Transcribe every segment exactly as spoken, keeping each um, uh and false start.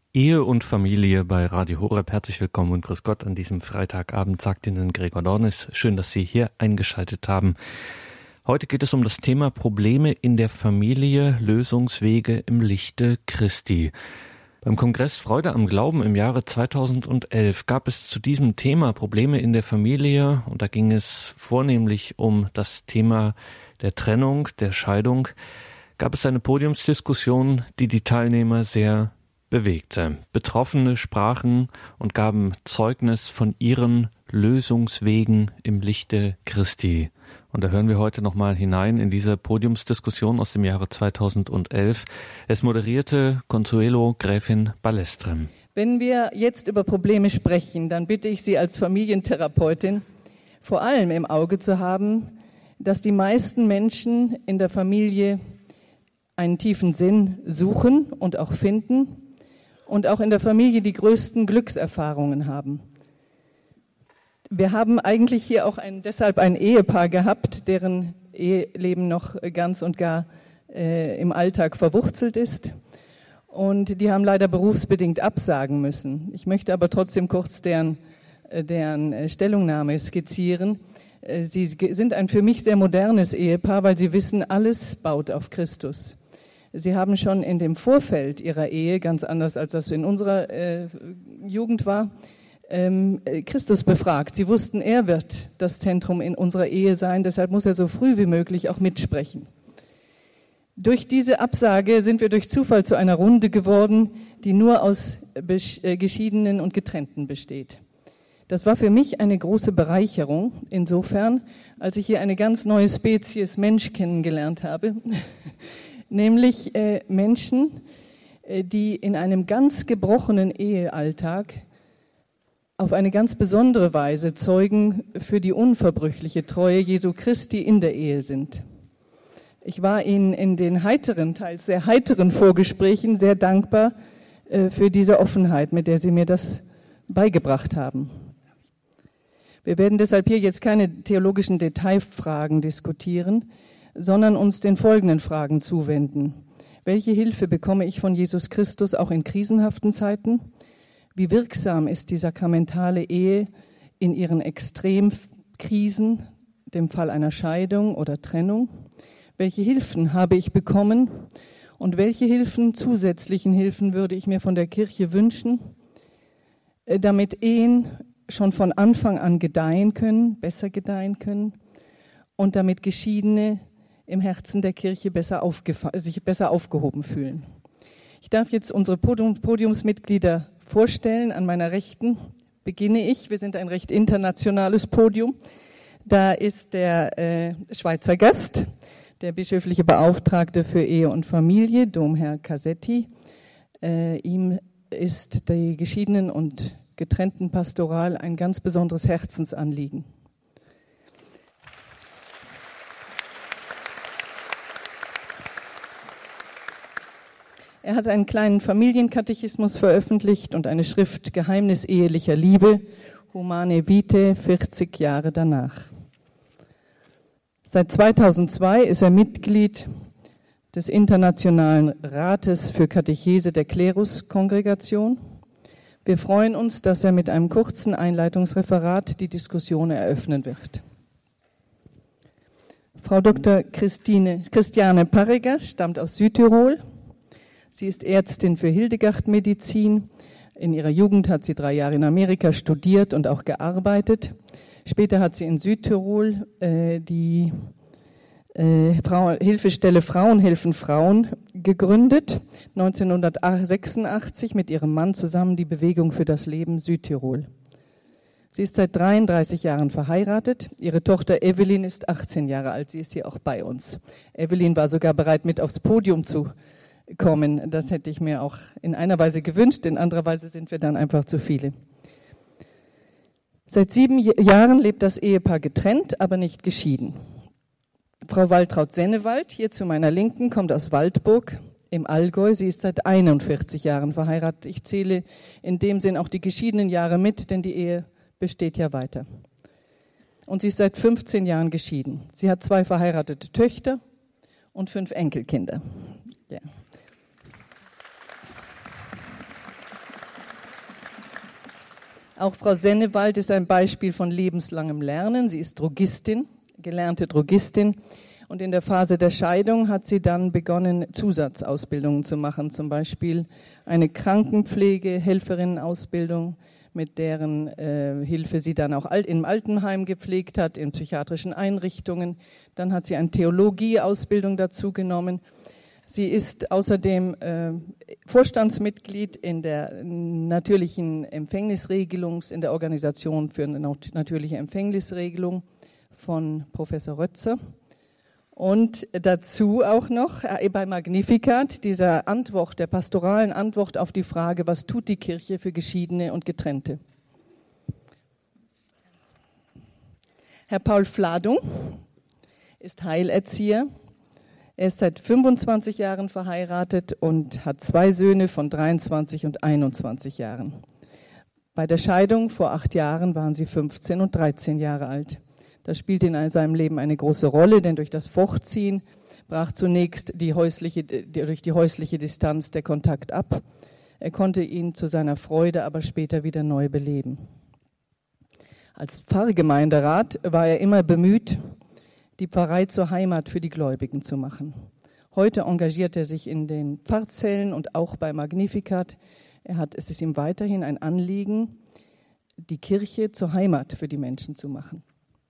Ehe und Familie bei Radio Horeb. Herzlich willkommen und grüß Gott an diesem Freitagabend, sagt Ihnen Gregor Dornis. Schön, dass Sie hier eingeschaltet haben. Heute geht es um das Thema Probleme in der Familie, Lösungswege im Lichte Christi. Beim Kongress Freude am Glauben im Jahre zweitausendelf gab es zu diesem Thema Probleme in der Familie, und da ging es vornehmlich um das Thema der Trennung, der Scheidung, gab es eine Podiumsdiskussion, die die Teilnehmer sehr bewegte. Betroffene sprachen und gaben Zeugnis von ihren Lösungswegen im Lichte Christi. Und da hören wir heute nochmal hinein in diese Podiumsdiskussion aus dem Jahre zweitausendelf. Es moderierte Consuelo Gräfin Balestrem. Wenn wir jetzt über Probleme sprechen, dann bitte ich Sie als Familientherapeutin vor allem im Auge zu haben, dass die meisten Menschen in der Familie einen tiefen Sinn suchen und auch finden und auch in der Familie die größten Glückserfahrungen haben. Wir haben eigentlich hier auch ein, deshalb ein Ehepaar gehabt, deren Eheleben noch ganz und gar äh, im Alltag verwurzelt ist. Und die haben leider berufsbedingt absagen müssen. Ich möchte aber trotzdem kurz deren, deren Stellungnahme skizzieren. Sie sind ein für mich sehr modernes Ehepaar, weil sie wissen, alles baut auf Christus. Sie haben schon in dem Vorfeld ihrer Ehe, ganz anders als das in unserer äh, Jugend war, ähm, Christus befragt. Sie wussten, er wird das Zentrum in unserer Ehe sein, deshalb muss er so früh wie möglich auch mitsprechen. Durch diese Absage sind wir durch Zufall zu einer Runde geworden, die nur aus Besch- äh, Geschiedenen und Getrennten besteht. Das war für mich eine große Bereicherung, insofern, als ich hier eine ganz neue Spezies Mensch kennengelernt habe, nämlich äh, Menschen, äh, die in einem ganz gebrochenen Ehealltag auf eine ganz besondere Weise Zeugen für die unverbrüchliche Treue Jesu Christi in der Ehe sind. Ich war Ihnen in den heiteren, teils sehr heiteren Vorgesprächen sehr dankbar äh, für diese Offenheit, mit der Sie mir das beigebracht haben. Wir werden deshalb hier jetzt keine theologischen Detailfragen diskutieren, sondern uns den folgenden Fragen zuwenden. Welche Hilfe bekomme ich von Jesus Christus auch in krisenhaften Zeiten? Wie wirksam ist die sakramentale Ehe in ihren Extremkrisen, dem Fall einer Scheidung oder Trennung? Welche Hilfen habe ich bekommen und welche Hilfen, zusätzlichen Hilfen würde ich mir von der Kirche wünschen, damit Ehen schon von Anfang an gedeihen können, besser gedeihen können und damit Geschiedene im Herzen der Kirche besser aufgefa- sich besser aufgehoben fühlen. Ich darf jetzt unsere Podium- Podiumsmitglieder vorstellen. An meiner Rechten beginne ich. Wir sind ein recht internationales Podium. Da ist der äh, Schweizer Gast, der bischöfliche Beauftragte für Ehe und Familie, Domherr Cassetti. Äh, ihm ist die Geschiedenen und getrennten Pastoral ein ganz besonderes Herzensanliegen. Er hat einen kleinen Familienkatechismus veröffentlicht und eine Schrift Geheimnis ehelicher Liebe, Humane Vitae, vierzig Jahre danach. Seit zweitausendzwei ist er Mitglied des Internationalen Rates für Katechese der Kleruskongregation. Wir freuen uns, dass er mit einem kurzen Einleitungsreferat die Diskussion eröffnen wird. Frau Doktor Christine, Christiane Parreger stammt aus Südtirol. Sie ist Ärztin für Hildegard-Medizin. In ihrer Jugend hat sie drei Jahre in Amerika studiert und auch gearbeitet. Später hat sie in Südtirol äh, die äh, Frau, Hilfestelle Frauen helfen Frauen gegründet. neunzehnhundertsechsundachtzig mit ihrem Mann zusammen die Bewegung für das Leben Südtirol. Sie ist seit dreiunddreißig Jahren verheiratet. Ihre Tochter Evelyn ist achtzehn Jahre alt. Sie ist hier auch bei uns. Evelyn war sogar bereit, mit aufs Podium zu kommen. Das hätte ich mir auch in einer Weise gewünscht, in anderer Weise sind wir dann einfach zu viele. Seit sieben Jahren lebt das Ehepaar getrennt, aber nicht geschieden. Frau Waltraud Sennewald, hier zu meiner Linken, kommt aus Waldburg im Allgäu. Sie ist seit einundvierzig Jahren verheiratet. Ich zähle in dem Sinn auch die geschiedenen Jahre mit, denn die Ehe besteht ja weiter. Und sie ist seit fünfzehn Jahren geschieden. Sie hat zwei verheiratete Töchter und fünf Enkelkinder. Ja. Auch Frau Sennewald ist ein Beispiel von lebenslangem Lernen. Sie ist Drogistin, gelernte Drogistin. Und in der Phase der Scheidung hat sie dann begonnen, Zusatzausbildungen zu machen. Zum Beispiel eine Krankenpflege-Helferinnenausbildung, mit deren äh, Hilfe sie dann auch alt, im Altenheim gepflegt hat, in psychiatrischen Einrichtungen. Dann hat sie eine Theologieausbildung dazu genommen. Sie ist außerdem äh, Vorstandsmitglied in der natürlichen Empfängnisregelung, in der Organisation für eine natürliche Empfängnisregelung von Professor Rötzer. Und dazu auch noch äh, bei Magnificat, dieser Antwort, der pastoralen Antwort auf die Frage, was tut die Kirche für Geschiedene und Getrennte? Herr Paul Fladung ist Heilerzieher. Er ist seit fünfundzwanzig Jahren verheiratet und hat zwei Söhne von dreiundzwanzig und einundzwanzig Jahren. Bei der Scheidung vor acht Jahren waren sie fünfzehn und dreizehn Jahre alt. Das spielte in seinem Leben eine große Rolle, denn durch das Fortziehen brach zunächst die häusliche, durch die häusliche Distanz der Kontakt ab. Er konnte ihn zu seiner Freude aber später wieder neu beleben. Als Pfarrgemeinderat war er immer bemüht, die Pfarrei zur Heimat für die Gläubigen zu machen. Heute engagiert er sich in den Pfarrzellen und auch bei Magnificat. Er hat, es ist ihm weiterhin ein Anliegen, die Kirche zur Heimat für die Menschen zu machen.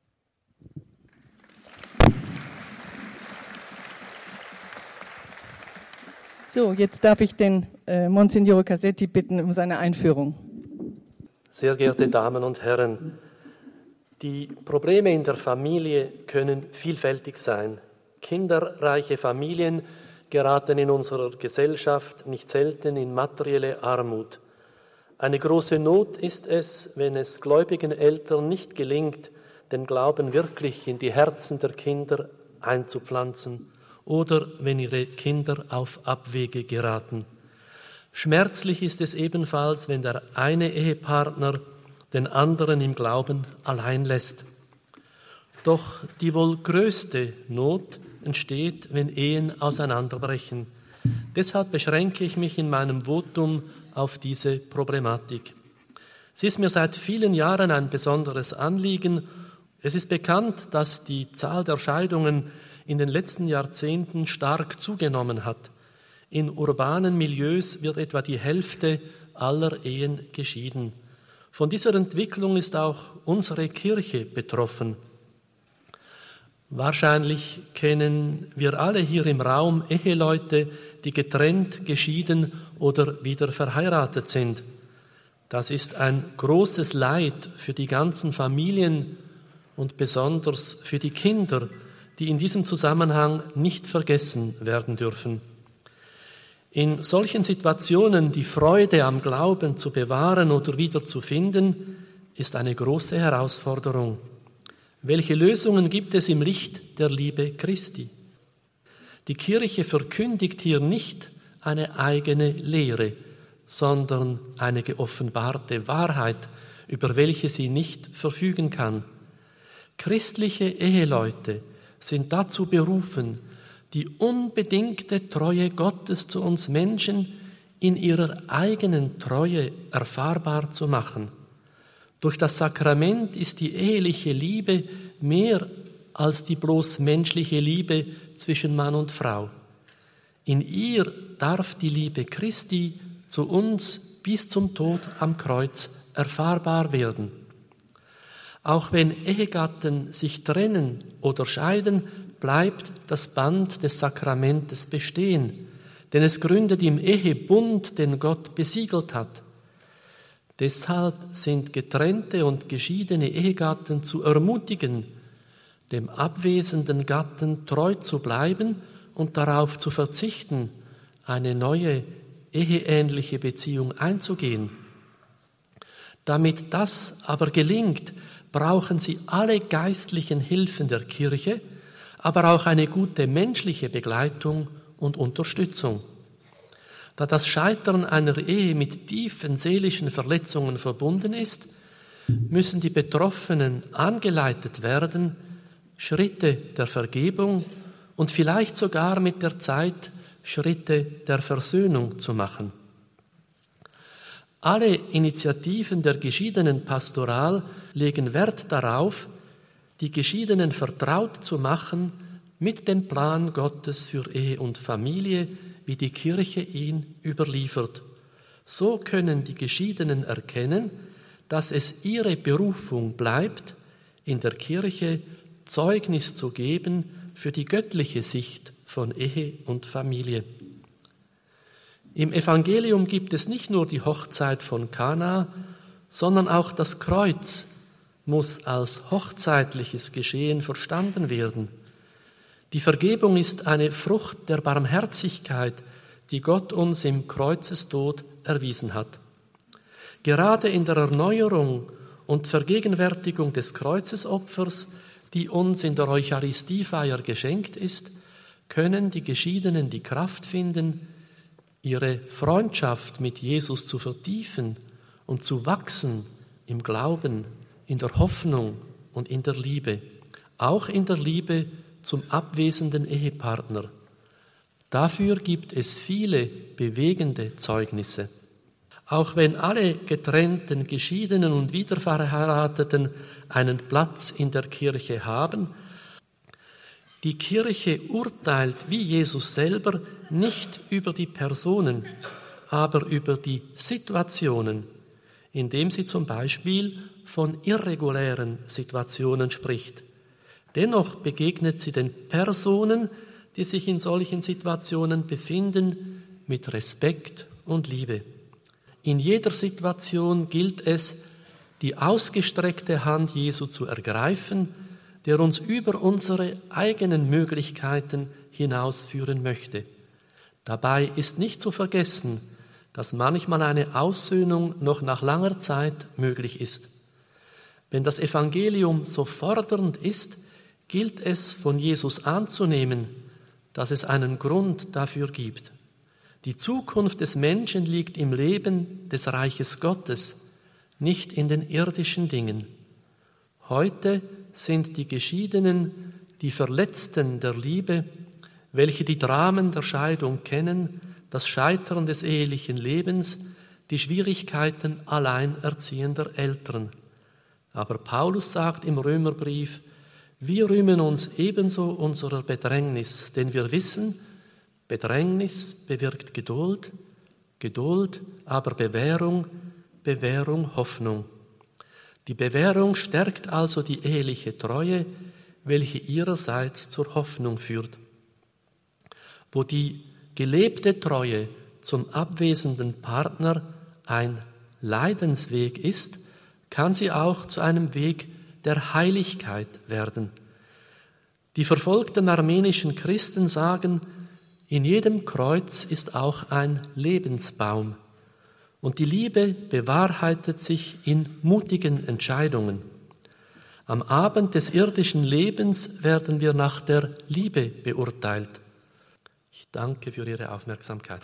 So, jetzt darf ich den äh, Monsignore Cassetti bitten um seine Einführung. Sehr geehrte Damen und Herren, die Probleme in der Familie können vielfältig sein. Kinderreiche Familien geraten in unserer Gesellschaft nicht selten in materielle Armut. Eine große Not ist es, wenn es gläubigen Eltern nicht gelingt, den Glauben wirklich in die Herzen der Kinder einzupflanzen oder wenn ihre Kinder auf Abwege geraten. Schmerzlich ist es ebenfalls, wenn der eine Ehepartner den anderen im Glauben allein lässt. Doch die wohl größte Not entsteht, wenn Ehen auseinanderbrechen. Deshalb beschränke ich mich in meinem Votum auf diese Problematik. Sie ist mir seit vielen Jahren ein besonderes Anliegen. Es ist bekannt, dass die Zahl der Scheidungen in den letzten Jahrzehnten stark zugenommen hat. In urbanen Milieus wird etwa die Hälfte aller Ehen geschieden. Von dieser Entwicklung ist auch unsere Kirche betroffen. Wahrscheinlich kennen wir alle hier im Raum Eheleute, die getrennt, geschieden oder wieder verheiratet sind. Das ist ein großes Leid für die ganzen Familien und besonders für die Kinder, die in diesem Zusammenhang nicht vergessen werden dürfen. In solchen Situationen die Freude am Glauben zu bewahren oder wieder zu finden, ist eine große Herausforderung. Welche Lösungen gibt es im Licht der Liebe Christi? Die Kirche verkündigt hier nicht eine eigene Lehre, sondern eine geoffenbarte Wahrheit, über welche sie nicht verfügen kann. Christliche Eheleute sind dazu berufen, die unbedingte Treue Gottes zu uns Menschen in ihrer eigenen Treue erfahrbar zu machen. Durch das Sakrament ist die eheliche Liebe mehr als die bloß menschliche Liebe zwischen Mann und Frau. In ihr darf die Liebe Christi zu uns bis zum Tod am Kreuz erfahrbar werden. Auch wenn Ehegatten sich trennen oder scheiden, bleibt das Band des Sakramentes bestehen, denn es gründet im Ehebund, den Gott besiegelt hat. Deshalb sind getrennte und geschiedene Ehegatten zu ermutigen, dem abwesenden Gatten treu zu bleiben und darauf zu verzichten, eine neue eheähnliche Beziehung einzugehen. Damit das aber gelingt, brauchen sie alle geistlichen Hilfen der Kirche, aber auch eine gute menschliche Begleitung und Unterstützung. Da das Scheitern einer Ehe mit tiefen seelischen Verletzungen verbunden ist, müssen die Betroffenen angeleitet werden, Schritte der Vergebung und vielleicht sogar mit der Zeit Schritte der Versöhnung zu machen. Alle Initiativen der geschiedenen Pastoral legen Wert darauf, die Geschiedenen vertraut zu machen mit dem Plan Gottes für Ehe und Familie, wie die Kirche ihn überliefert. So können die Geschiedenen erkennen, dass es ihre Berufung bleibt, in der Kirche Zeugnis zu geben für die göttliche Sicht von Ehe und Familie. Im Evangelium gibt es nicht nur die Hochzeit von Kana, sondern auch das Kreuz muss als hochzeitliches Geschehen verstanden werden. Die Vergebung ist eine Frucht der Barmherzigkeit, die Gott uns im Kreuzestod erwiesen hat. Gerade in der Erneuerung und Vergegenwärtigung des Kreuzesopfers, die uns in der Eucharistiefeier geschenkt ist, können die Geschiedenen die Kraft finden, ihre Freundschaft mit Jesus zu vertiefen und zu wachsen im Glauben, in der Hoffnung und in der Liebe, auch in der Liebe zum abwesenden Ehepartner. Dafür gibt es viele bewegende Zeugnisse. Auch wenn alle getrennten, geschiedenen und wiederverheirateten einen Platz in der Kirche haben, die Kirche urteilt wie Jesus selber nicht über die Personen, aber über die Situationen, indem sie zum Beispiel von irregulären Situationen spricht. Dennoch begegnet sie den Personen, die sich in solchen Situationen befinden, mit Respekt und Liebe. In jeder Situation gilt es, die ausgestreckte Hand Jesu zu ergreifen, der uns über unsere eigenen Möglichkeiten hinausführen möchte. Dabei ist nicht zu vergessen, dass manchmal eine Aussöhnung noch nach langer Zeit möglich ist. Wenn das Evangelium so fordernd ist, gilt es von Jesus anzunehmen, dass es einen Grund dafür gibt. Die Zukunft des Menschen liegt im Leben des Reiches Gottes, nicht in den irdischen Dingen. Heute sind die Geschiedenen die Verletzten der Liebe, welche die Dramen der Scheidung kennen, das Scheitern des ehelichen Lebens, die Schwierigkeiten alleinerziehender Eltern. Aber Paulus sagt im Römerbrief, wir rühmen uns ebenso unserer Bedrängnis, denn wir wissen, Bedrängnis bewirkt Geduld, Geduld aber Bewährung, Bewährung Hoffnung. Die Bewährung stärkt also die eheliche Treue, welche ihrerseits zur Hoffnung führt. Wo die gelebte Treue zum abwesenden Partner ein Leidensweg ist, kann sie auch zu einem Weg der Heiligkeit werden. Die verfolgten armenischen Christen sagen, in jedem Kreuz ist auch ein Lebensbaum. Und die Liebe bewahrheitet sich in mutigen Entscheidungen. Am Abend des irdischen Lebens werden wir nach der Liebe beurteilt. Ich danke für Ihre Aufmerksamkeit.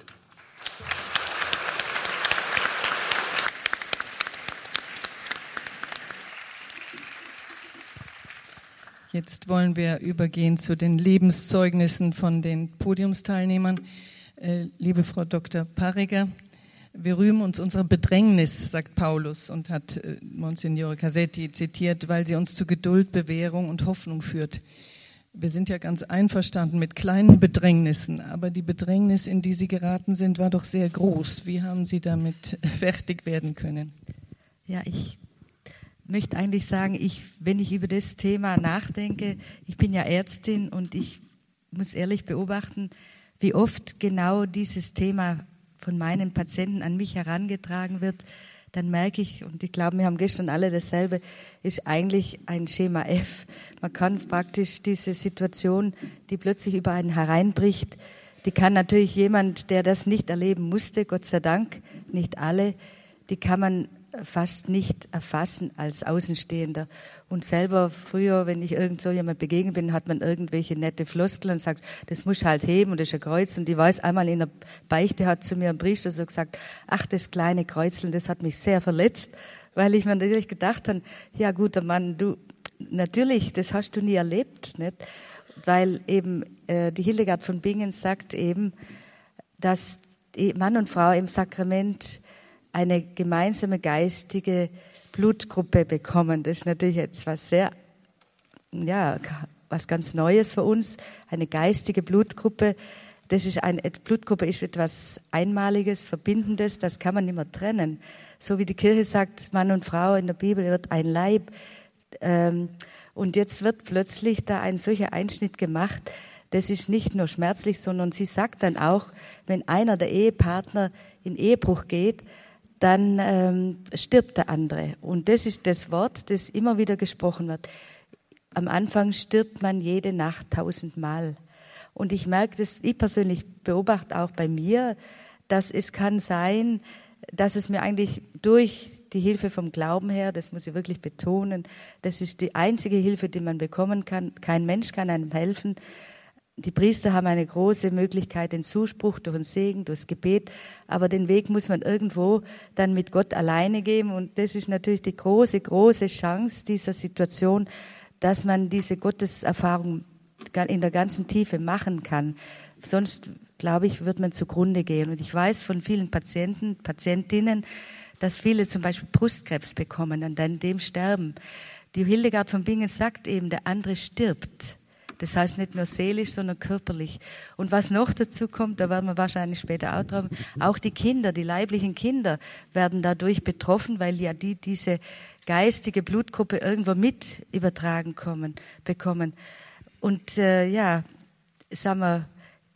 Jetzt wollen wir übergehen zu den Lebenszeugnissen von den Podiumsteilnehmern. Äh, liebe Frau Doktor Pariger, wir rühmen uns unserer Bedrängnis, sagt Paulus und hat äh, Monsignore Cassetti zitiert, weil sie uns zu Geduld, Bewährung und Hoffnung führt. Wir sind ja ganz einverstanden mit kleinen Bedrängnissen, aber die Bedrängnis, in die Sie geraten sind, war doch sehr groß. Wie haben Sie damit fertig werden können? Ja, ich möchte eigentlich sagen, ich, wenn ich über das Thema nachdenke, ich bin ja Ärztin und ich muss ehrlich beobachten, wie oft genau dieses Thema von meinen Patienten an mich herangetragen wird, dann merke ich, und ich glaube, wir haben gestern alle dasselbe, ist eigentlich ein Schema F. Man kann praktisch diese Situation, die plötzlich über einen hereinbricht, die kann natürlich jemand, der das nicht erleben musste, Gott sei Dank, nicht alle, die kann man fast nicht erfassen als Außenstehender. Und selber früher, wenn ich irgend so jemand begegnet bin, hat man irgendwelche nette Floskeln und sagt, das muss ich halt heben und das ist ein Kreuz. Und ich weiß, einmal in der Beichte hat zu mir ein Priester so gesagt, ach, das kleine Kreuzeln, das hat mich sehr verletzt, weil ich mir natürlich gedacht habe, ja guter Mann, du, natürlich, das hast du nie erlebt, nicht? Weil eben äh, die Hildegard von Bingen sagt eben, dass Mann und Frau im Sakrament eine gemeinsame geistige Blutgruppe bekommen. Das ist natürlich jetzt was sehr, ja, was ganz Neues für uns, eine geistige Blutgruppe. Das ist eine Blutgruppe ist etwas Einmaliges, Verbindendes, das kann man nicht mehr trennen. So wie die Kirche sagt, Mann und Frau in der Bibel wird ein Leib. Und jetzt wird plötzlich da ein solcher Einschnitt gemacht. Das ist nicht nur schmerzlich, sondern sie sagt dann auch, wenn einer der Ehepartner in Ehebruch geht, dann ähm, stirbt der andere. Und das ist das Wort, das immer wieder gesprochen wird. Am Anfang stirbt man jede Nacht tausendmal. Und ich merke das, ich persönlich beobachte auch bei mir, dass es kann sein, dass es mir eigentlich durch die Hilfe vom Glauben her, das muss ich wirklich betonen, das ist die einzige Hilfe, die man bekommen kann. Kein Mensch kann einem helfen. Die Priester haben eine große Möglichkeit, den Zuspruch durch den Segen, durchs Gebet, aber den Weg muss man irgendwo dann mit Gott alleine gehen. Und das ist natürlich die große, große Chance dieser Situation, dass man diese Gotteserfahrung in der ganzen Tiefe machen kann. Sonst, glaube ich, wird man zugrunde gehen. Und ich weiß von vielen Patienten, Patientinnen, dass viele zum Beispiel Brustkrebs bekommen und dann dem sterben. Die Hildegard von Bingen sagt eben, der andere stirbt. Das heißt nicht nur seelisch, sondern körperlich. Und was noch dazu kommt, da werden wir wahrscheinlich später auch drauf, auch die Kinder, die leiblichen Kinder werden dadurch betroffen, weil ja die diese geistige Blutgruppe irgendwo mit übertragen kommen, bekommen. Und äh, ja, sagen wir,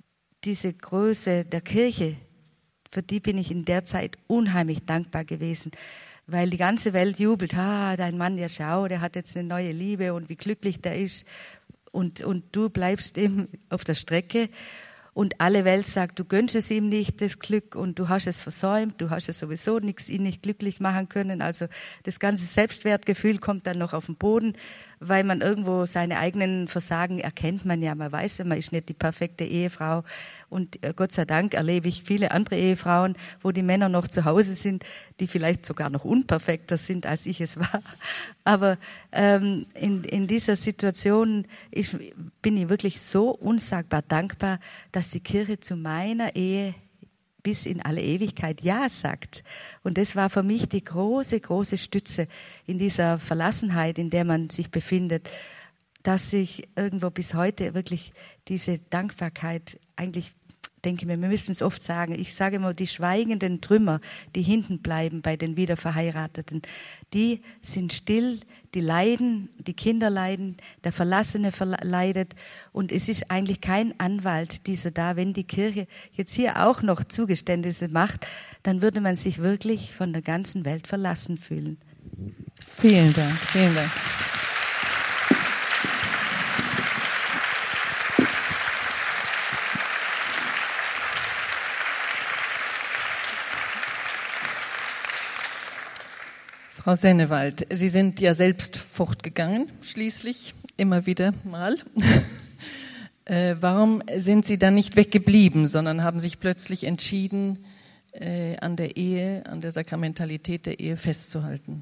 diese Größe der Kirche, für die bin ich in der Zeit unheimlich dankbar gewesen, weil die ganze Welt jubelt, ah, dein Mann, ja schau, der hat jetzt eine neue Liebe und wie glücklich der ist und, und du bleibst eben auf der Strecke und alle Welt sagt, du gönnst es ihm nicht, das Glück und du hast es versäumt, du hast es sowieso nichts, ihn nicht glücklich machen können, also das ganze Selbstwertgefühl kommt dann noch auf den Boden, weil man irgendwo seine eigenen Versagen erkennt man ja, man weiß ja, man ist nicht die perfekte Ehefrau und Gott sei Dank erlebe ich viele andere Ehefrauen, wo die Männer noch zu Hause sind, die vielleicht sogar noch unperfekter sind, als ich es war. Aber ähm, in, in dieser Situation ich, bin ich wirklich so unsagbar dankbar, dass die Kirche zu meiner Ehe bis in alle Ewigkeit Ja sagt. Und das war für mich die große, große Stütze in dieser Verlassenheit, in der man sich befindet, dass ich irgendwo bis heute wirklich diese Dankbarkeit eigentlich denke mir, wir müssen es oft sagen, ich sage immer, die schweigenden Trümmer, die hinten bleiben bei den Wiederverheirateten, die sind still, die leiden, die Kinder leiden, der Verlassene leidet und es ist eigentlich kein Anwalt dieser da. Wenn die Kirche jetzt hier auch noch Zugeständnisse macht, dann würde man sich wirklich von der ganzen Welt verlassen fühlen. Vielen Dank, vielen Dank. Frau Sennewald, Sie sind ja selbst fortgegangen, schließlich, immer wieder mal. äh, warum sind Sie dann nicht weggeblieben, sondern haben sich plötzlich entschieden, äh, an der Ehe, an der Sakramentalität der Ehe festzuhalten?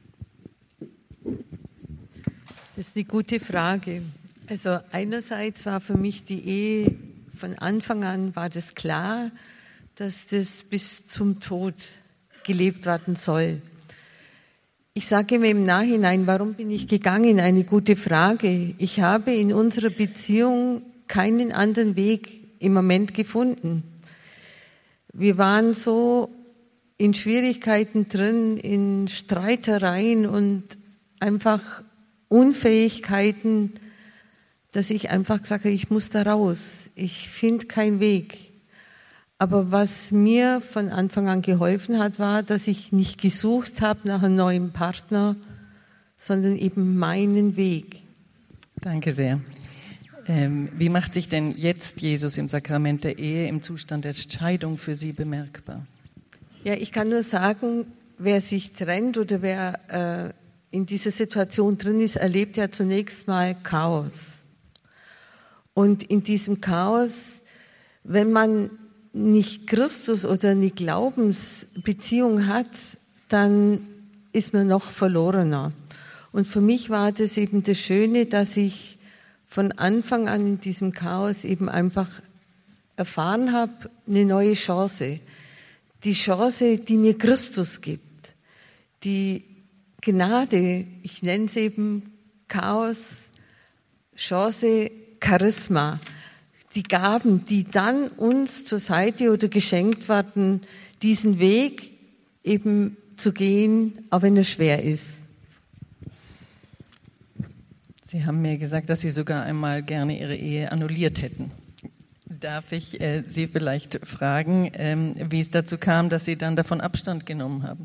Das ist eine gute Frage. Also einerseits war für mich die Ehe, von Anfang an war das klar, dass das bis zum Tod gelebt werden soll. Ich sage mir im Nachhinein, warum bin ich gegangen? Eine gute Frage. Ich habe in unserer Beziehung keinen anderen Weg im Moment gefunden. Wir waren so in Schwierigkeiten drin, in Streitereien und einfach Unfähigkeiten, dass ich einfach sage, ich muss da raus. Ich finde keinen Weg. Aber was mir von Anfang an geholfen hat, war, dass ich nicht gesucht habe nach einem neuen Partner, sondern eben meinen Weg. Danke sehr. Ähm, wie macht sich denn jetzt Jesus im Sakrament der Ehe im Zustand der Scheidung für Sie bemerkbar? Ja, ich kann nur sagen, wer sich trennt oder wer äh, in dieser Situation drin ist, erlebt ja zunächst mal Chaos. Und in diesem Chaos, wenn man nicht Christus oder eine Glaubensbeziehung hat, dann ist man noch verlorener. Und für mich war das eben das Schöne, dass ich von Anfang an in diesem Chaos eben einfach erfahren habe, eine neue Chance. die Chance, die mir Christus gibt, die Gnade, ich nenne es eben Chaos, Chance, Charisma, die Gaben, die dann uns zur Seite oder geschenkt werden, diesen Weg eben zu gehen, auch wenn er schwer ist. Sie haben mir gesagt, dass Sie sogar einmal gerne Ihre Ehe annulliert hätten. Darf ich äh, Sie vielleicht fragen, ähm, wie es dazu kam, dass Sie dann davon Abstand genommen haben?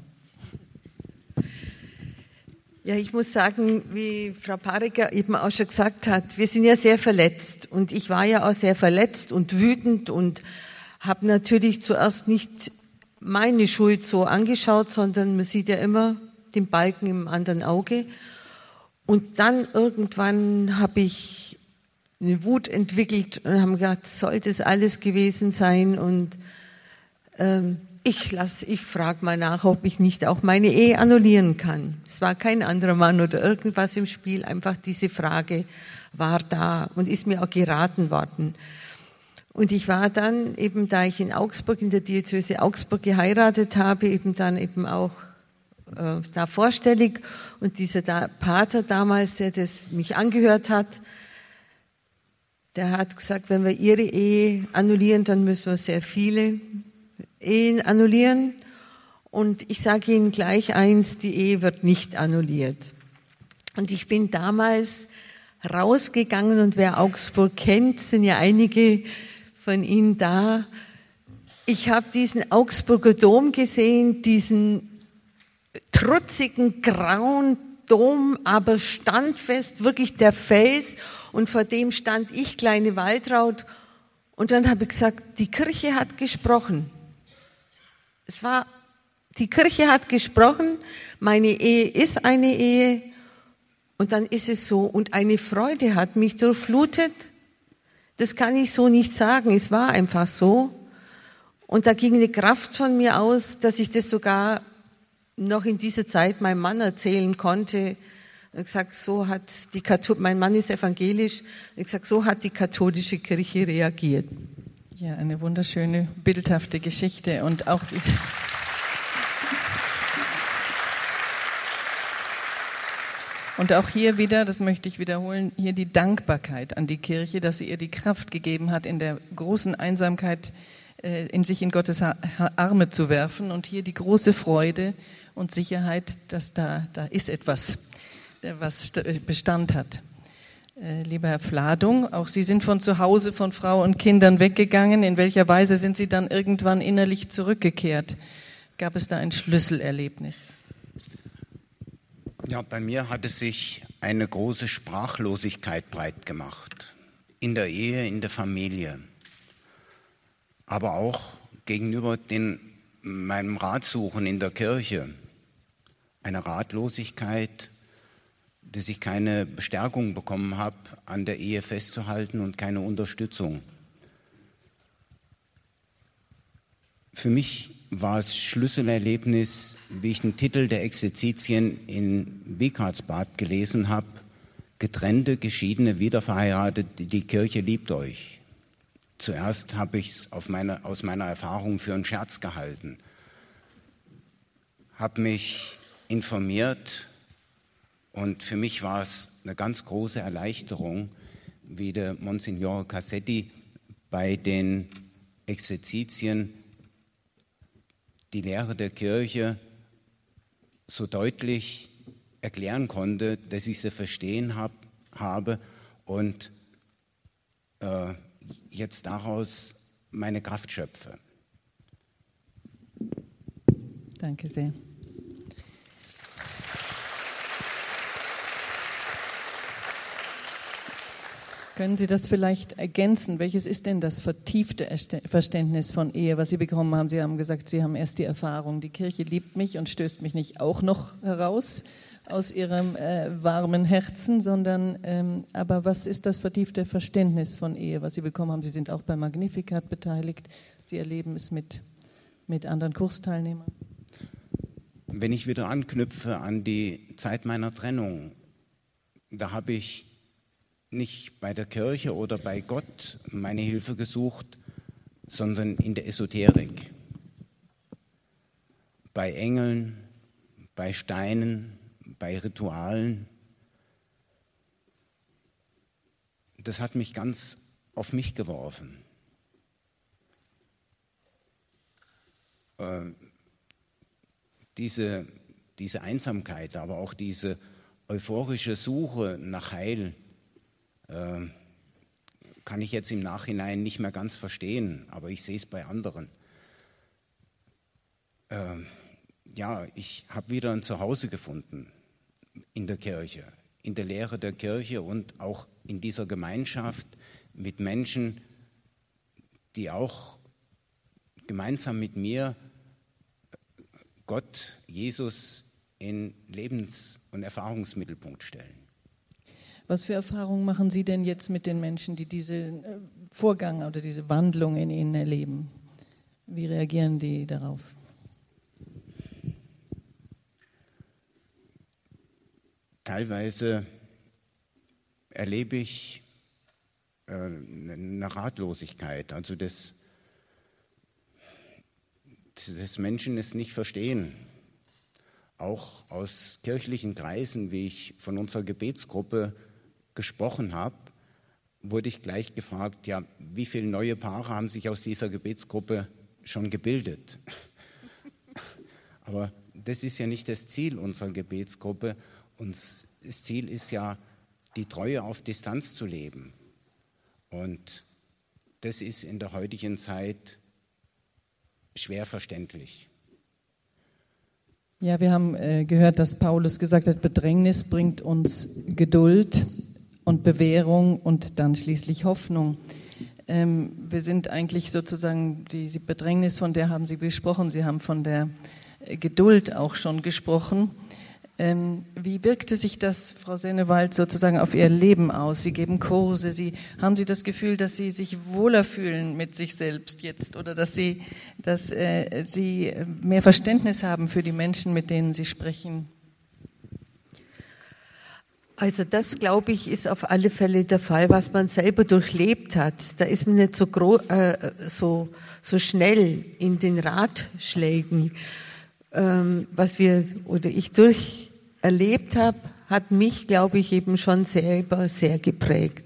Ja, ich muss sagen, wie Frau Pareker eben auch schon gesagt hat, wir sind ja sehr verletzt. Und ich war ja auch sehr verletzt und wütend und habe natürlich zuerst nicht meine Schuld so angeschaut, sondern man sieht ja immer den Balken im anderen Auge. Und dann irgendwann habe ich eine Wut entwickelt und habe gedacht, soll das alles gewesen sein? Und ähm, ich lass, ich frage mal nach, ob ich nicht auch meine Ehe annullieren kann. Es war kein anderer Mann oder irgendwas im Spiel, einfach diese Frage war da und ist mir auch geraten worden. Und ich war dann eben, da ich in Augsburg, in der Diözese Augsburg geheiratet habe, eben dann eben auch äh, da vorstellig. Und dieser da, Pater damals, der das mich angehört hat, der hat gesagt, wenn wir Ihre Ehe annullieren, dann müssen wir sehr viele Ehen annullieren. Und ich sage Ihnen gleich eins, die Ehe wird nicht annulliert. Und ich bin damals rausgegangen und wer Augsburg kennt, sind ja einige von Ihnen da. Ich habe diesen Augsburger Dom gesehen, diesen trutzigen, grauen Dom, aber standfest, wirklich der Fels. Und vor dem stand ich, kleine Waltraud. Und dann habe ich gesagt, die Kirche hat gesprochen. Es war, die Kirche hat gesprochen, meine Ehe ist eine Ehe. Und dann ist es so. Und eine Freude hat mich durchflutet. Das kann ich so nicht sagen. Es war einfach so. Und da ging eine Kraft von mir aus, dass ich das sogar noch in dieser Zeit meinem Mann erzählen konnte. Ich habe gesagt, so hat die Kathol- mein Mann ist evangelisch. Ich habe gesagt, so hat die katholische Kirche reagiert. Ja, eine wunderschöne, bildhafte Geschichte und auch die Und auch hier wieder, das möchte ich wiederholen, hier die Dankbarkeit an die Kirche, dass sie ihr die Kraft gegeben hat, in der großen Einsamkeit äh, in sich in Gottes ha- Arme zu werfen und hier die große Freude und Sicherheit, dass da, da ist etwas, was Bestand hat. Äh, lieber Herr Fladung, auch Sie sind von zu Hause von Frau und Kindern weggegangen. In welcher Weise sind Sie dann irgendwann innerlich zurückgekehrt? Gab es da ein Schlüsselerlebnis? Ja, bei mir hatte sich eine große Sprachlosigkeit breit gemacht. In der Ehe, in der Familie. Aber auch gegenüber den, meinem Ratsuchen in der Kirche. Eine Ratlosigkeit, dass ich keine Bestärkung bekommen habe, an der Ehe festzuhalten und keine Unterstützung. Für mich war es Schlüsselerlebnis, wie ich den Titel der Exerzitien in Wieghardtsbad gelesen habe: Getrennte, Geschiedene, Wiederverheiratete, die Kirche liebt euch. Zuerst habe ich es auf meine, aus meiner Erfahrung für einen Scherz gehalten, habe mich informiert und für mich war es eine ganz große Erleichterung, wie der Monsignore Cassetti bei den Exerzitien die Lehre der Kirche so deutlich erklären konnte, dass ich sie verstehen hab, habe und äh, jetzt daraus meine Kraft schöpfe. Danke sehr. Können Sie das vielleicht ergänzen? Welches ist denn das vertiefte Verständnis von Ehe, was Sie bekommen haben? Sie haben gesagt, Sie haben erst die Erfahrung, die Kirche liebt mich und stößt mich nicht auch noch heraus aus Ihrem äh, warmen Herzen, sondern, ähm, aber was ist das vertiefte Verständnis von Ehe, was Sie bekommen haben? Sie sind auch bei Magnificat beteiligt. Sie erleben es mit, mit anderen Kursteilnehmern. Wenn ich wieder anknüpfe an die Zeit meiner Trennung, da habe ich nicht bei der Kirche oder bei Gott meine Hilfe gesucht, sondern in der Esoterik. bei Engeln, bei Steinen, bei Ritualen. Das hat mich ganz auf mich geworfen. Äh, diese, diese Einsamkeit, aber auch diese euphorische Suche nach Heil, äh, kann ich jetzt im Nachhinein nicht mehr ganz verstehen, aber ich sehe es bei anderen. Äh, ja, ich habe wieder ein Zuhause gefunden in der Kirche, in der Lehre der Kirche und auch in dieser Gemeinschaft mit Menschen, die auch gemeinsam mit mir Gott, Jesus in Lebens- und Erfahrungsmittelpunkt stellen. Was für Erfahrungen machen Sie denn jetzt mit den Menschen, die diesen Vorgang oder diese Wandlung in ihnen erleben? Wie reagieren die darauf? Teilweise erlebe ich äh, eine Ratlosigkeit, also das, das Menschen es nicht verstehen. Auch aus kirchlichen Kreisen, wie ich von unserer Gebetsgruppe gesprochen habe, wurde ich gleich gefragt, ja, wie viele neue Paare haben sich aus dieser Gebetsgruppe schon gebildet? Aber das ist ja nicht das Ziel unserer Gebetsgruppe. Und das Ziel ist ja, die Treue auf Distanz zu leben. Und das ist in der heutigen Zeit schwer verständlich. Ja, wir haben äh, gehört, dass Paulus gesagt hat, Bedrängnis bringt uns Geduld und Bewährung und dann schließlich Hoffnung. Ähm, wir sind eigentlich sozusagen, die, die Bedrängnis, von der haben Sie gesprochen, Sie haben von der äh, Geduld auch schon gesprochen. Ähm, wie wirkte sich das, Frau Sennewald, sozusagen auf Ihr Leben aus? Sie geben Kurse, Sie, haben Sie das Gefühl, dass Sie sich wohler fühlen mit sich selbst jetzt oder dass Sie, dass, äh, Sie mehr Verständnis haben für die Menschen, mit denen Sie sprechen? Also das, glaube ich, ist auf alle Fälle der Fall, was man selber durchlebt hat. Da ist man nicht so, gro- äh, so, so schnell in den Ratschlägen. Ähm, was wir oder ich durcherlebt habe, hat mich, glaube ich, eben schon selber sehr geprägt.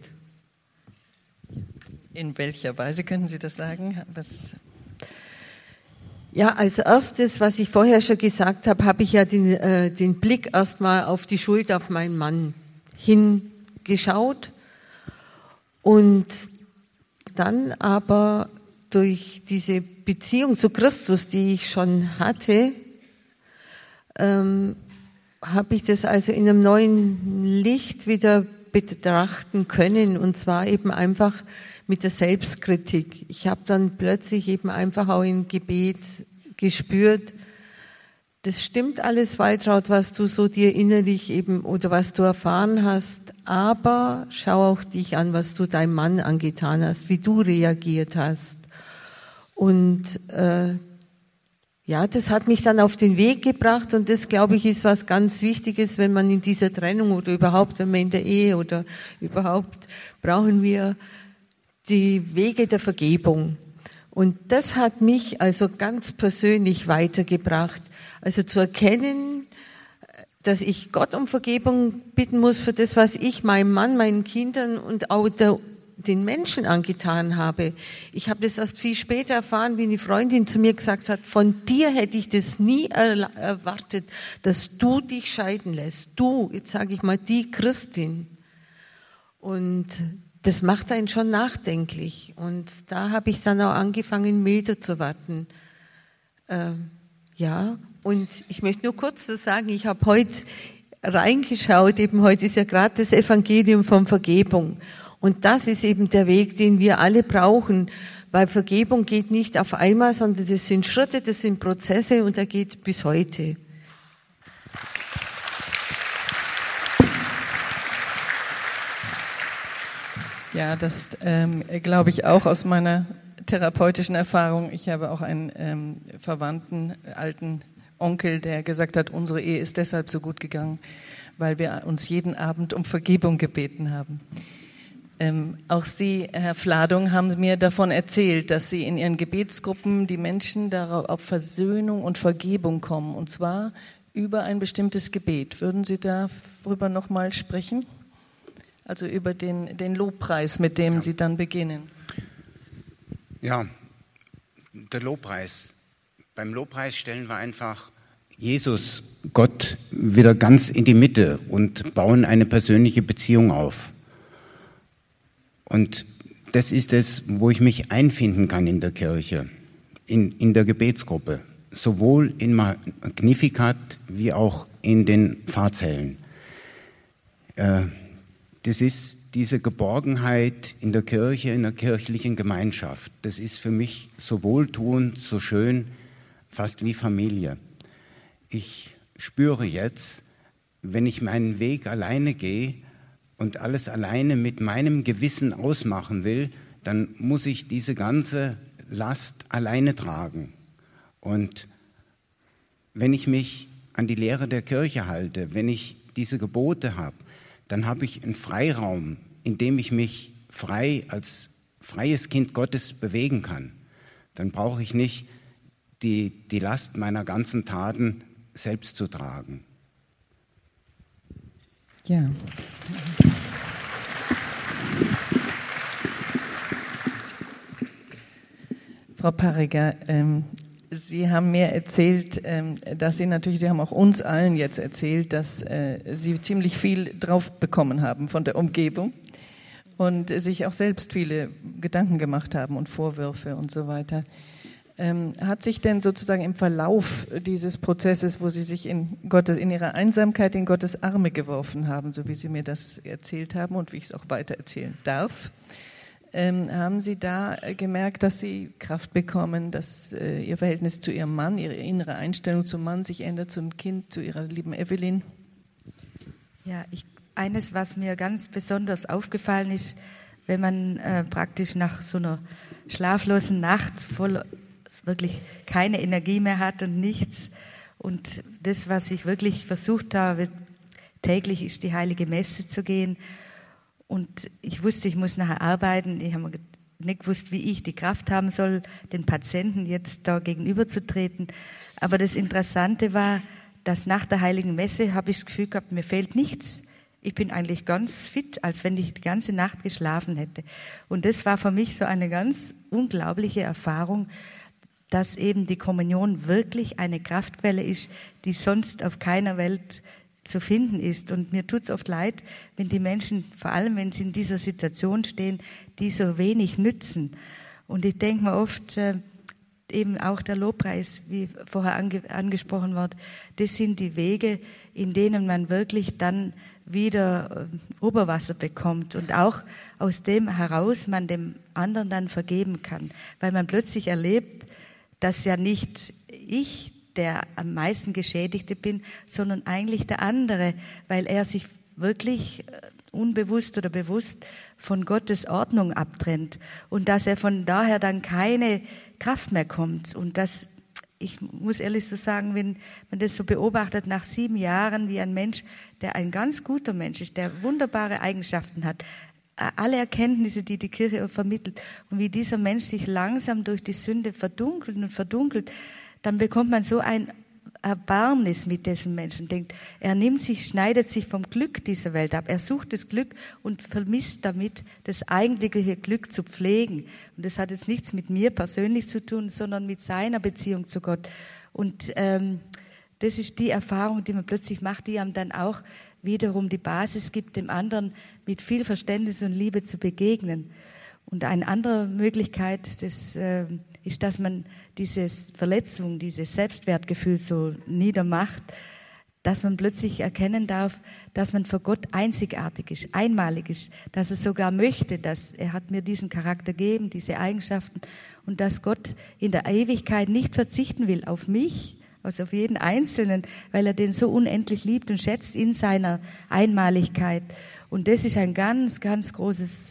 In welcher Weise können Sie das sagen? Was Ja, als erstes, was ich vorher schon gesagt habe, habe ich ja den, äh, den Blick erstmal auf die Schuld auf meinen Mann hingeschaut und dann aber durch diese Beziehung zu Christus, die ich schon hatte, ähm, habe ich das also in einem neuen Licht wieder betrachten können, und zwar eben einfach mit der Selbstkritik. Ich habe dann plötzlich eben einfach auch im Gebet gespürt, das stimmt alles, Waltraud, was du so dir innerlich eben oder was du erfahren hast, aber schau auch dich an, was du deinem Mann angetan hast, wie du reagiert hast. Und äh, ja, das hat mich dann auf den Weg gebracht, und das, glaube ich, ist was ganz Wichtiges, wenn man in dieser Trennung oder überhaupt, wenn man in der Ehe oder überhaupt, brauchen wir die Wege der Vergebung. Und das hat mich also ganz persönlich weitergebracht. Also zu erkennen, dass ich Gott um Vergebung bitten muss für das, was ich meinem Mann, meinen Kindern und auch der den Menschen angetan habe. Ich habe das erst viel später erfahren, wie eine Freundin zu mir gesagt hat, von dir hätte ich das nie erwartet, dass du dich scheiden lässt. Du, jetzt sage ich mal, die Christin. Und das macht einen schon nachdenklich. Und da habe ich dann auch angefangen, milder zu werden. Ähm, ja, und ich möchte nur kurz so sagen, ich habe heute reingeschaut, eben heute ist ja gerade das Evangelium von Vergebung. Und das ist eben der Weg, den wir alle brauchen, weil Vergebung geht nicht auf einmal, sondern das sind Schritte, das sind Prozesse, und er geht bis heute. Ja, das ähm, glaube ich auch aus meiner therapeutischen Erfahrung. Ich habe auch einen ähm, Verwandten, alten Onkel, der gesagt hat, unsere Ehe ist deshalb so gut gegangen, weil wir uns jeden Abend um Vergebung gebeten haben. Ähm, auch Sie, Herr Fladung, haben mir davon erzählt, dass Sie in Ihren Gebetsgruppen die Menschen darauf auf Versöhnung und Vergebung kommen, und zwar über ein bestimmtes Gebet. Würden Sie darüber nochmal sprechen? Also über den, den Lobpreis, mit dem ja. Sie dann beginnen. Ja, der Lobpreis. Beim Lobpreis stellen wir einfach Jesus, Gott, wieder ganz in die Mitte und bauen eine persönliche Beziehung auf. Und das ist es, wo ich mich einfinden kann in der Kirche, in, in der Gebetsgruppe, sowohl in Magnificat wie auch in den Pfarrzellen. Äh, das ist diese Geborgenheit in der Kirche, in der kirchlichen Gemeinschaft. Das ist für mich so wohltuend, so schön, fast wie Familie. Ich spüre jetzt, wenn ich meinen Weg alleine gehe und alles alleine mit meinem Gewissen ausmachen will, dann muss ich diese ganze Last alleine tragen. Und wenn ich mich an die Lehre der Kirche halte, wenn ich diese Gebote habe, dann habe ich einen Freiraum, in dem ich mich frei als freies Kind Gottes bewegen kann. Dann brauche ich nicht die, die Last meiner ganzen Taten selbst zu tragen. Ja. Frau Parriger, ähm, Sie haben mir erzählt, ähm, dass Sie natürlich, Sie haben auch uns allen jetzt erzählt, dass äh, Sie ziemlich viel drauf bekommen haben von der Umgebung und sich auch selbst viele Gedanken gemacht haben und Vorwürfe und so weiter. Ähm, hat sich denn sozusagen im Verlauf dieses Prozesses, wo Sie sich in, Gottes, in Ihrer Einsamkeit in Gottes Arme geworfen haben, so wie Sie mir das erzählt haben und wie ich es auch weiter erzählen darf, Ähm, haben Sie da gemerkt, dass Sie Kraft bekommen, dass äh, Ihr Verhältnis zu Ihrem Mann, Ihre innere Einstellung zum Mann sich ändert, zum Kind, zu Ihrer lieben Evelyn? Ja, ich, eines, was mir ganz besonders aufgefallen ist, wenn man äh, praktisch nach so einer schlaflosen Nacht voll wirklich keine Energie mehr hat und nichts. Und das, was ich wirklich versucht habe, täglich ist die Heilige Messe zu gehen. Und ich wusste, ich muss nachher arbeiten. Ich habe nicht gewusst, wie ich die Kraft haben soll, den Patienten jetzt da gegenüberzutreten. Aber das Interessante war, dass nach der Heiligen Messe habe ich das Gefühl gehabt, mir fehlt nichts. Ich bin eigentlich ganz fit, als wenn ich die ganze Nacht geschlafen hätte. Und das war für mich so eine ganz unglaubliche Erfahrung, dass eben die Kommunion wirklich eine Kraftquelle ist, die sonst auf keiner Welt zu finden ist. Und mir tut es oft leid, wenn die Menschen, vor allem wenn sie in dieser Situation stehen, die so wenig nützen. Und ich denke mir oft, äh, eben auch der Lobpreis, wie vorher ange angesprochen wurde, das sind die Wege, in denen man wirklich dann wieder äh, Oberwasser bekommt und auch aus dem heraus man dem anderen dann vergeben kann. Weil man plötzlich erlebt, dass ja nicht ich der am meisten Geschädigte bin, sondern eigentlich der andere, weil er sich wirklich unbewusst oder bewusst von Gottes Ordnung abtrennt und dass er von daher dann keine Kraft mehr kommt. Und das, ich muss ehrlich so sagen, wenn man das so beobachtet nach sieben Jahren, wie ein Mensch, der ein ganz guter Mensch ist, der wunderbare Eigenschaften hat, alle Erkenntnisse, die die Kirche vermittelt, und wie dieser Mensch sich langsam durch die Sünde verdunkelt und verdunkelt, dann bekommt man so ein Erbarmnis mit diesem Menschen. Denkt, er nimmt sich, schneidet sich vom Glück dieser Welt ab. Er sucht das Glück und vermisst damit, das eigentliche Glück zu pflegen. Und das hat jetzt nichts mit mir persönlich zu tun, sondern mit seiner Beziehung zu Gott. Und ähm, das ist die Erfahrung, die man plötzlich macht, die einem dann auch wiederum die Basis gibt, dem anderen mit viel Verständnis und Liebe zu begegnen. Und eine andere Möglichkeit, das äh, ist, dass man diese Verletzung, dieses Selbstwertgefühl so niedermacht, dass man plötzlich erkennen darf, dass man für Gott einzigartig ist, einmalig ist, dass er sogar möchte, dass er hat mir diesen Charakter gegeben, diese Eigenschaften, und dass Gott in der Ewigkeit nicht verzichten will auf mich, also auf jeden Einzelnen, weil er den so unendlich liebt und schätzt in seiner Einmaligkeit. Und das ist ein ganz, ganz großes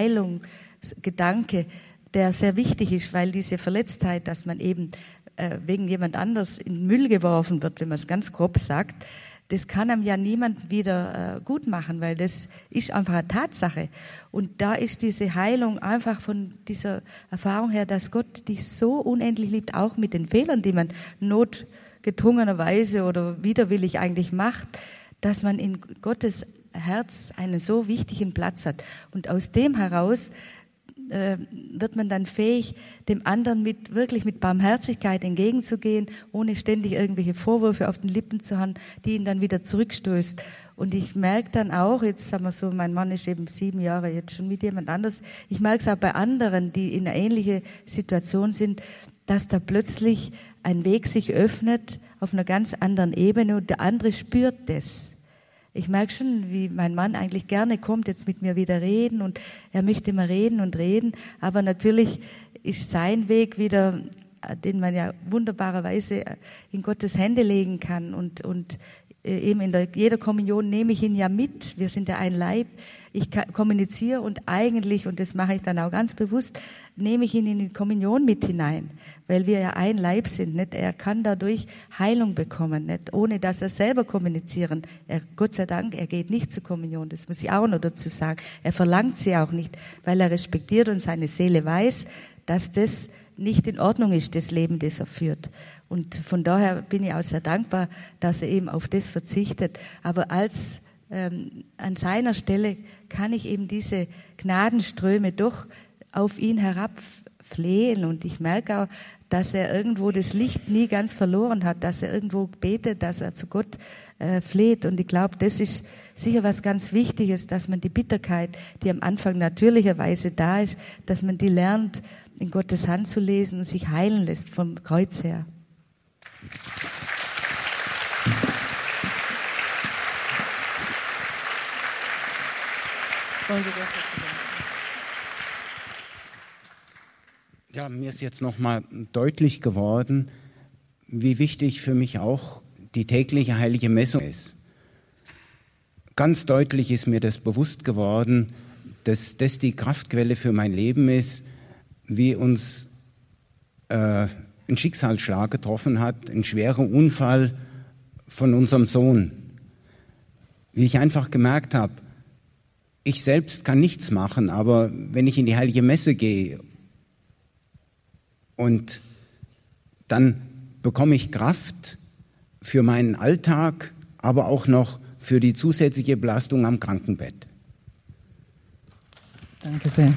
Heilungsgedanke, der sehr wichtig ist, weil diese Verletztheit, dass man eben äh, wegen jemand anders in den Müll geworfen wird, wenn man es ganz grob sagt, das kann einem ja niemand wieder äh, gut machen, weil das ist einfach eine Tatsache. Und da ist diese Heilung einfach von dieser Erfahrung her, dass Gott dich so unendlich liebt, auch mit den Fehlern, die man notgedrungenerweise oder widerwillig eigentlich macht, dass man in Gottes Herz einen so wichtigen Platz hat. Und aus dem heraus äh, wird man dann fähig, dem anderen mit wirklich mit Barmherzigkeit entgegenzugehen, ohne ständig irgendwelche Vorwürfe auf den Lippen zu haben, die ihn dann wieder zurückstößt. Und ich merke dann auch, jetzt sagen wir so, mein Mann ist eben sieben Jahre jetzt schon mit jemand anders, ich merke es auch bei anderen, die in einer ähnlichen Situation sind, dass da plötzlich ein Weg sich öffnet auf einer ganz anderen Ebene und der andere spürt das. Ich merke schon, wie mein Mann eigentlich gerne kommt, jetzt mit mir wieder reden und er möchte immer reden und reden, aber natürlich ist sein Weg wieder, den man ja wunderbarerweise in Gottes Hände legen kann und, und eben in der, jeder Kommunion nehme ich ihn ja mit, wir sind ja ein Leib, ich kommuniziere und eigentlich, und das mache ich dann auch ganz bewusst, nehme ich ihn in die Kommunion mit hinein, weil wir ja ein Leib sind. Nicht? Er kann dadurch Heilung bekommen, nicht? Ohne dass er selber kommunizieren. Er, Gott sei Dank, er geht nicht zur Kommunion, das muss ich auch noch dazu sagen. Er verlangt sie auch nicht, weil er respektiert und seine Seele weiß, dass das nicht in Ordnung ist, das Leben, das er führt. Und von daher bin ich auch sehr dankbar, dass er eben auf das verzichtet. Aber als ähm, an seiner Stelle kann ich eben diese Gnadenströme doch auf ihn herabflehen. Und ich merke auch, dass er irgendwo das Licht nie ganz verloren hat, dass er irgendwo betet, dass er zu Gott äh, fleht. Und ich glaube, das ist sicher was ganz Wichtiges, dass man die Bitterkeit, die am Anfang natürlicherweise da ist, dass man die lernt, in Gottes Hand zu lesen und sich heilen lässt vom Kreuz her. Wollen Sie das dazu sagen? Ja, mir ist jetzt nochmal deutlich geworden, wie wichtig für mich auch die tägliche heilige Messe ist. Ganz deutlich ist mir das bewusst geworden, dass das die Kraftquelle für mein Leben ist, wie uns äh, ein Schicksalsschlag getroffen hat, ein schwerer Unfall von unserem Sohn. Wie ich einfach gemerkt habe, ich selbst kann nichts machen, aber wenn ich in die Heilige Messe gehe und dann bekomme ich Kraft für meinen Alltag, aber auch noch für die zusätzliche Belastung am Krankenbett. Danke sehr. Mhm.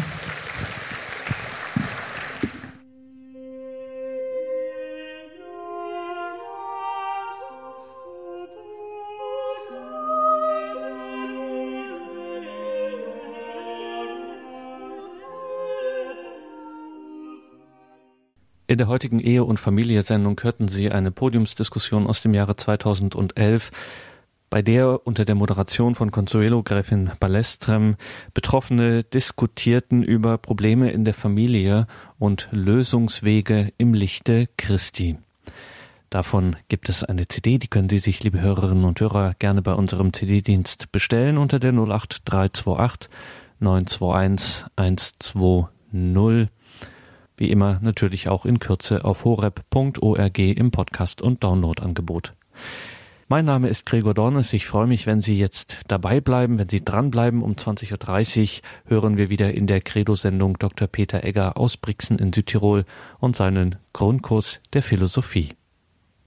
In der heutigen Ehe- und Familie-Sendung hörten Sie eine Podiumsdiskussion aus dem Jahre zweitausendelf, bei der unter der Moderation von Consuelo Gräfin Balestrem Betroffene diskutierten über Probleme in der Familie und Lösungswege im Lichte Christi. Davon gibt es eine C D, die können Sie sich, liebe Hörerinnen und Hörer, gerne bei unserem C D-Dienst bestellen unter der null acht drei zwei acht neun zwei eins eins zwei null. Wie immer natürlich auch in Kürze auf horeb punkt org im Podcast- und Download-Angebot. Mein Name ist Gregor Dornis. Ich freue mich, wenn Sie jetzt dabei bleiben, wenn Sie dranbleiben. Um zwanzig Uhr dreißig hören wir wieder in der Credo-Sendung Doktor Peter Egger aus Brixen in Südtirol und seinen Grundkurs der Philosophie.